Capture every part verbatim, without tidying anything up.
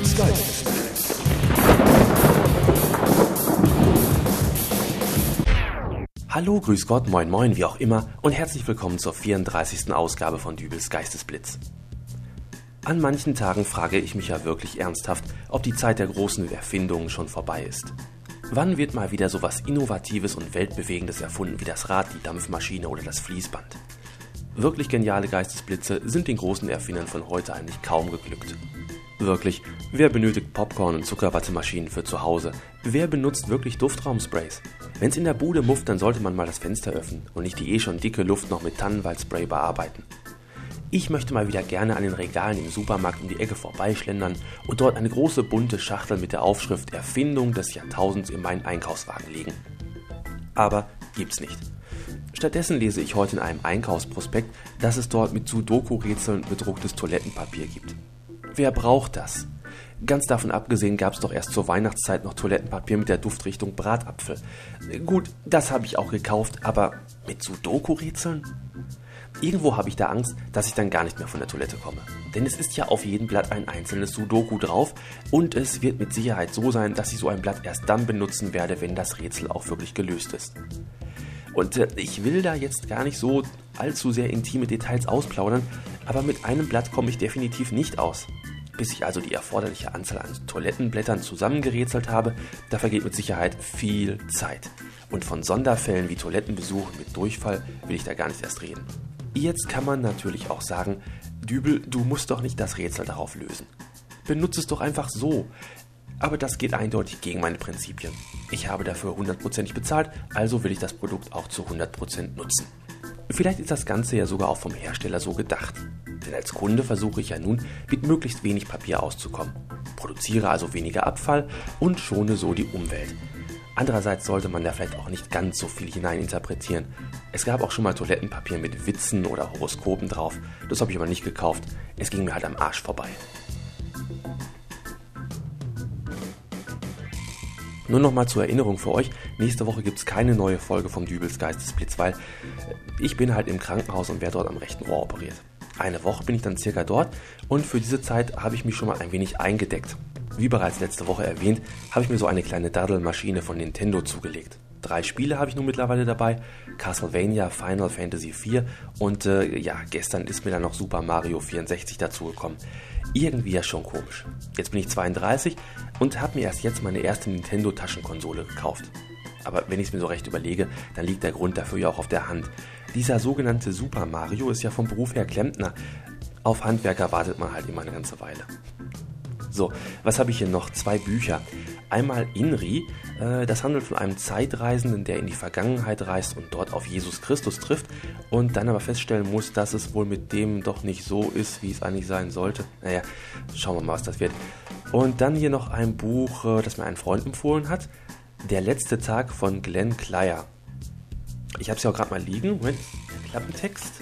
Dübels Geistesblitz. Hallo, grüß Gott, moin moin, wie auch immer und herzlich willkommen zur vierunddreißigsten Ausgabe von Dübels Geistesblitz. An manchen Tagen frage ich mich ja wirklich ernsthaft, ob die Zeit der großen Erfindungen schon vorbei ist. Wann wird mal wieder sowas Innovatives und Weltbewegendes erfunden wie das Rad, die Dampfmaschine oder das Fließband? Wirklich geniale Geistesblitze sind den großen Erfindern von heute eigentlich kaum geglückt. Wirklich, wer benötigt Popcorn- und Zuckerwattemaschinen für zu Hause? Wer benutzt wirklich Duftraumsprays? Wenn's in der Bude mufft, dann sollte man mal das Fenster öffnen und nicht die eh schon dicke Luft noch mit Tannenwaldspray bearbeiten. Ich möchte mal wieder gerne an den Regalen im Supermarkt um die Ecke vorbeischlendern und dort eine große bunte Schachtel mit der Aufschrift Erfindung des Jahrtausends in meinen Einkaufswagen legen. Aber gibt's nicht. Stattdessen lese ich heute in einem Einkaufsprospekt, dass es dort mit Sudoku-Rätseln bedrucktes Toilettenpapier gibt. Wer braucht das? Ganz davon abgesehen gab es doch erst zur Weihnachtszeit noch Toilettenpapier mit der Duftrichtung Bratapfel. Gut, das habe ich auch gekauft, aber mit Sudoku-Rätseln? Irgendwo habe ich da Angst, dass ich dann gar nicht mehr von der Toilette komme. Denn es ist ja auf jedem Blatt ein einzelnes Sudoku drauf und es wird mit Sicherheit so sein, dass ich so ein Blatt erst dann benutzen werde, wenn das Rätsel auch wirklich gelöst ist. Und äh, ich will da jetzt gar nicht so allzu sehr intime Details ausplaudern, aber mit einem Blatt komme ich definitiv nicht aus. Bis ich also die erforderliche Anzahl an Toilettenblättern zusammengerätselt habe, da vergeht mit Sicherheit viel Zeit. Und von Sonderfällen wie Toilettenbesuchen mit Durchfall will ich da gar nicht erst reden. Jetzt kann man natürlich auch sagen, Dübel, du musst doch nicht das Rätsel darauf lösen. Benutze es doch einfach so. Aber das geht eindeutig gegen meine Prinzipien. Ich habe dafür hundertprozentig bezahlt, also will ich das Produkt auch zu hundert Prozent nutzen. Vielleicht ist das Ganze ja sogar auch vom Hersteller so gedacht. Denn als Kunde versuche ich ja nun, mit möglichst wenig Papier auszukommen. Produziere also weniger Abfall und schone so die Umwelt. Andererseits sollte man da vielleicht auch nicht ganz so viel hineininterpretieren. Es gab auch schon mal Toilettenpapier mit Witzen oder Horoskopen drauf. Das habe ich aber nicht gekauft. Es ging mir halt am Arsch vorbei. Nur nochmal zur Erinnerung für euch, nächste Woche gibt es keine neue Folge vom Dübels Geistesblitz, weil ich bin halt im Krankenhaus und werde dort am rechten Ohr operiert. Eine Woche bin ich dann circa dort und für diese Zeit habe ich mich schon mal ein wenig eingedeckt. Wie bereits letzte Woche erwähnt, habe ich mir so eine kleine Daddelmaschine von Nintendo zugelegt. Drei Spiele habe ich nun mittlerweile dabei, Castlevania, Final Fantasy vier und äh, ja, gestern ist mir dann noch Super Mario vierundsechzig dazugekommen. Irgendwie ja schon komisch. Jetzt bin ich zweiunddreißig und habe mir erst jetzt meine erste Nintendo-Taschenkonsole gekauft. Aber wenn ich es mir so recht überlege, dann liegt der Grund dafür ja auch auf der Hand. Dieser sogenannte Super Mario ist ja vom Beruf her Klempner. Auf Handwerker wartet man halt immer eine ganze Weile. So, was habe ich hier noch? Zwei Bücher. Einmal Inri, äh, das handelt von einem Zeitreisenden, der in die Vergangenheit reist und dort auf Jesus Christus trifft und dann aber feststellen muss, dass es wohl mit dem doch nicht so ist, wie es eigentlich sein sollte. Naja, schauen wir mal, was das wird. Und dann hier noch ein Buch, äh, das mir ein Freund empfohlen hat. Der letzte Tag von Glenn Klyer. Ich habe es ja auch gerade mal liegen. Moment, Klappentext.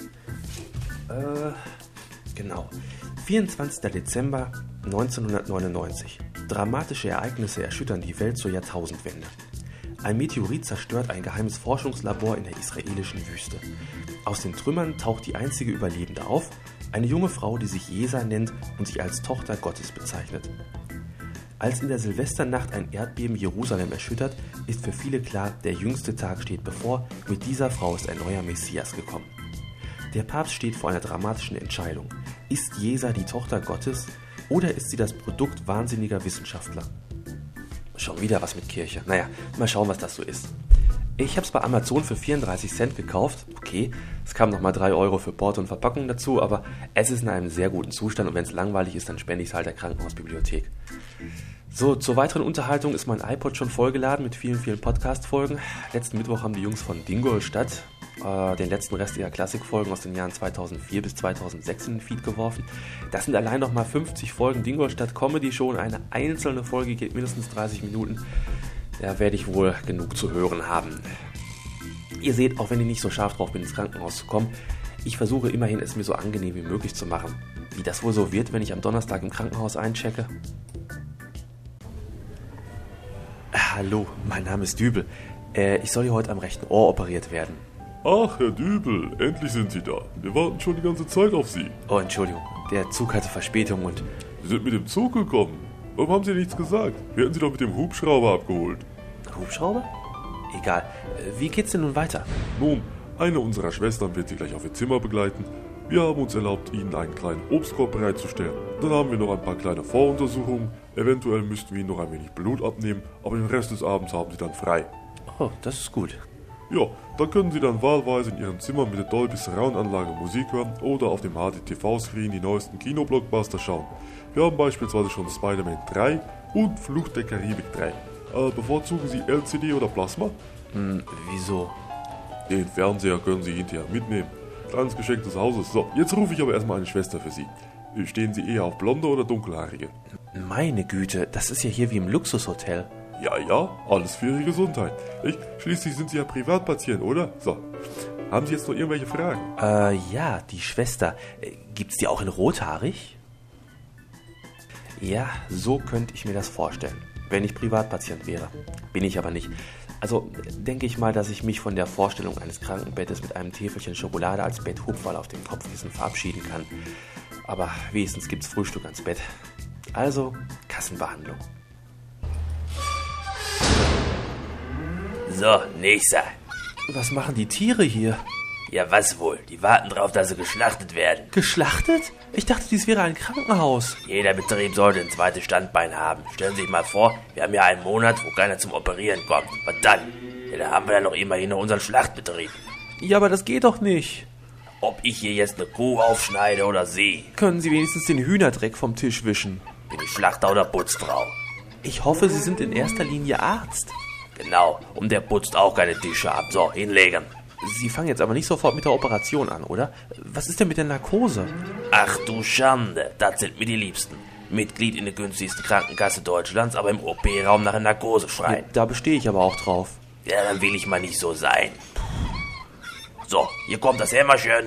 Äh, genau. vierundzwanzigster Dezember neunzehnhundertneunundneunzig. Dramatische Ereignisse erschüttern die Welt zur Jahrtausendwende. Ein Meteorit zerstört ein geheimes Forschungslabor in der israelischen Wüste. Aus den Trümmern taucht die einzige Überlebende auf, eine junge Frau, die sich Jesa nennt und sich als Tochter Gottes bezeichnet. Als in der Silvesternacht ein Erdbeben Jerusalem erschüttert, ist für viele klar, der jüngste Tag steht bevor, mit dieser Frau ist ein neuer Messias gekommen. Der Papst steht vor einer dramatischen Entscheidung. Ist Jesa die Tochter Gottes oder ist sie das Produkt wahnsinniger Wissenschaftler? Schon wieder was mit Kirche. Naja, mal schauen, was das so ist. Ich habe es bei Amazon für vierunddreißig Cent gekauft. Okay, es kamen nochmal drei Euro für Porto und Verpackung dazu, aber es ist in einem sehr guten Zustand und wenn es langweilig ist, dann spende ich es halt der Krankenhausbibliothek. So, zur weiteren Unterhaltung ist mein iPod schon vollgeladen mit vielen, vielen Podcast-Folgen. Letzten Mittwoch haben die Jungs von Dingolstadt äh, den letzten Rest ihrer Klassikfolgen aus den Jahren zweitausendvier bis zweitausendsechs in den Feed geworfen. Das sind allein nochmal fünfzig Folgen Dingolstadt Comedy Show und eine einzelne Folge geht mindestens dreißig Minuten. Da werde ich wohl genug zu hören haben. Ihr seht, auch wenn ich nicht so scharf drauf bin, ins Krankenhaus zu kommen, ich versuche immerhin, es mir so angenehm wie möglich zu machen. Wie das wohl so wird, wenn ich am Donnerstag im Krankenhaus einchecke? Hallo, mein Name ist Dübel. Äh, ich soll hier heute am rechten Ohr operiert werden. Ach, Herr Dübel, endlich sind Sie da. Wir warten schon die ganze Zeit auf Sie. Oh, Entschuldigung, der Zug hatte Verspätung und... Sie sind mit dem Zug gekommen. warum haben Sie nichts gesagt? Wir hätten Sie doch mit dem Hubschrauber abgeholt. Hubschrauber? Egal. Wie geht's denn nun weiter? Nun, eine unserer Schwestern wird Sie gleich auf Ihr Zimmer begleiten. Wir haben uns erlaubt, Ihnen einen kleinen Obstkorb bereitzustellen. Dann haben wir noch ein paar kleine Voruntersuchungen. Eventuell müssten wir Ihnen noch ein wenig Blut abnehmen, aber den Rest des Abends haben Sie dann frei. Oh, das ist gut. Ja, dann können Sie dann wahlweise in Ihrem Zimmer mit der Dolby Surround Anlage Musik hören oder auf dem H D T V-Screen die neuesten Kinoblockbuster schauen. Wir haben beispielsweise schon Spider-Man drei und Fluch der Karibik drei. Äh, bevorzugen Sie L C D oder Plasma? Hm, wieso? Den Fernseher können Sie hinterher mitnehmen. Kleines Geschenk des Hauses. So, jetzt rufe ich aber erstmal eine Schwester für Sie. Stehen Sie eher auf blonde oder dunkelhaarige? Meine Güte, das ist ja hier wie im Luxushotel. Ja, ja, alles für Ihre Gesundheit. Ich, schließlich sind Sie ja Privatpatient, oder? So, haben Sie jetzt noch irgendwelche Fragen? Äh, ja, die Schwester. Äh, Gibt's die auch in rothaarig? Ja, so könnte ich mir das vorstellen, wenn ich Privatpatient wäre. Bin ich aber nicht. Also denke ich mal, dass ich mich von der Vorstellung eines Krankenbettes mit einem Täfelchen Schokolade als Betthupferl auf dem Kopfkissen verabschieden kann. Aber wenigstens gibt's Frühstück ans Bett. Also Kassenbehandlung. So, nächster. Was machen die Tiere hier? Ja, was wohl? Die warten drauf, dass sie geschlachtet werden. Geschlachtet? Ich dachte, dies wäre ein Krankenhaus. Jeder Betrieb sollte ein zweites Standbein haben. Stellen Sie sich mal vor, wir haben ja einen Monat, wo keiner zum Operieren kommt. Was dann? Ja, da haben wir ja noch immerhin noch unseren Schlachtbetrieb. Ja, aber das geht doch nicht. Ob ich hier jetzt eine Kuh aufschneide oder Sie? Können Sie wenigstens den Hühnerdreck vom Tisch wischen? Bin ich Schlachter oder Putzfrau? Ich hoffe, Sie sind in erster Linie Arzt. Genau, und der putzt auch keine Tische ab. So, hinlegen. Sie fangen jetzt aber nicht sofort mit der Operation an, oder? Was ist denn mit der Narkose? Ach du Schande, das sind mir die Liebsten. Mitglied in der günstigsten Krankenkasse Deutschlands, aber im O P-Raum nach einer Narkose schreien. Ja, da bestehe ich aber auch drauf. Ja, dann will ich mal nicht so sein. So, hier kommt das Hämmerchen.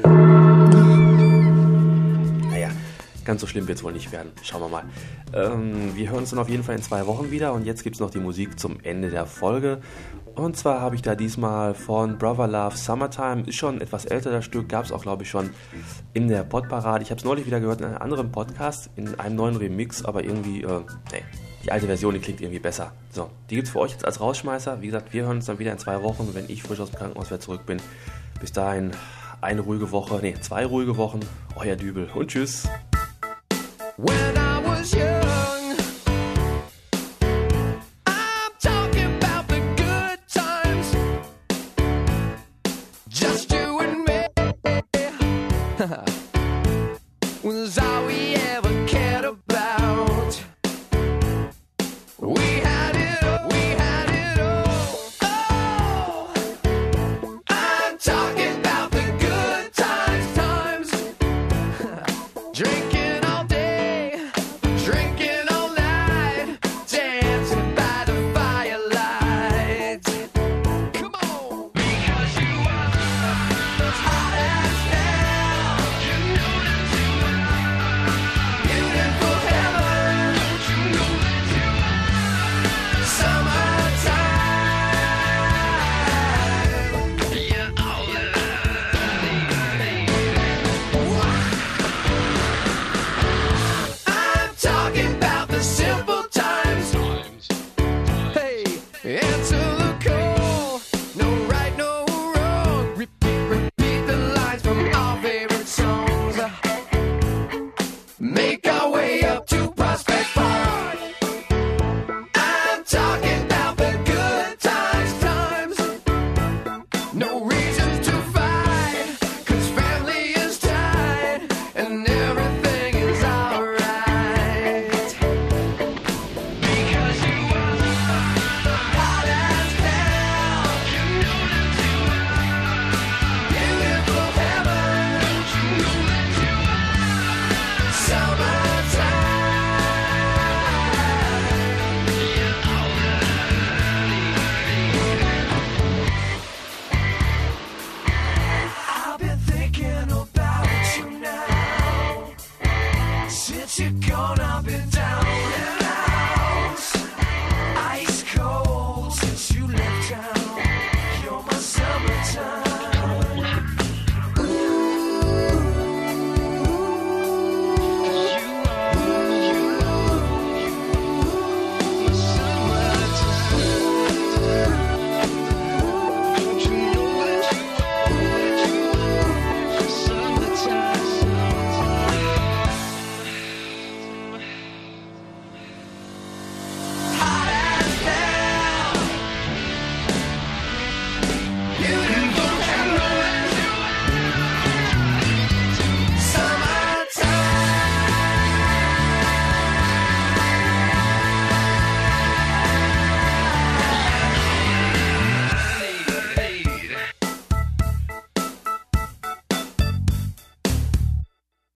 Naja, ganz so schlimm wird es wohl nicht werden. Schauen wir mal. Ähm, wir hören uns dann auf jeden Fall in zwei Wochen wieder und jetzt gibt es noch die Musik zum Ende der Folge. Und zwar habe ich da diesmal von Brother Love Summertime, ist schon etwas älter das Stück, gab es auch glaube ich schon in der Podparade. Ich habe es neulich wieder gehört in einem anderen Podcast, in einem neuen Remix, aber irgendwie, äh, nee, die alte Version, die klingt irgendwie besser. So, die gibt es für euch jetzt als Rausschmeißer. Wie gesagt, wir hören uns dann wieder in zwei Wochen, wenn ich frisch aus dem Krankenhaus wieder zurück bin. Bis dahin eine ruhige Woche, nee, zwei ruhige Wochen. Euer Dübel und tschüss. When I was young, I'm talking about the good times. Just you and me was all we ever cared about. We had it all, we had it all. Oh, I'm talking about the good times, times. Drinking. You're gonna be down.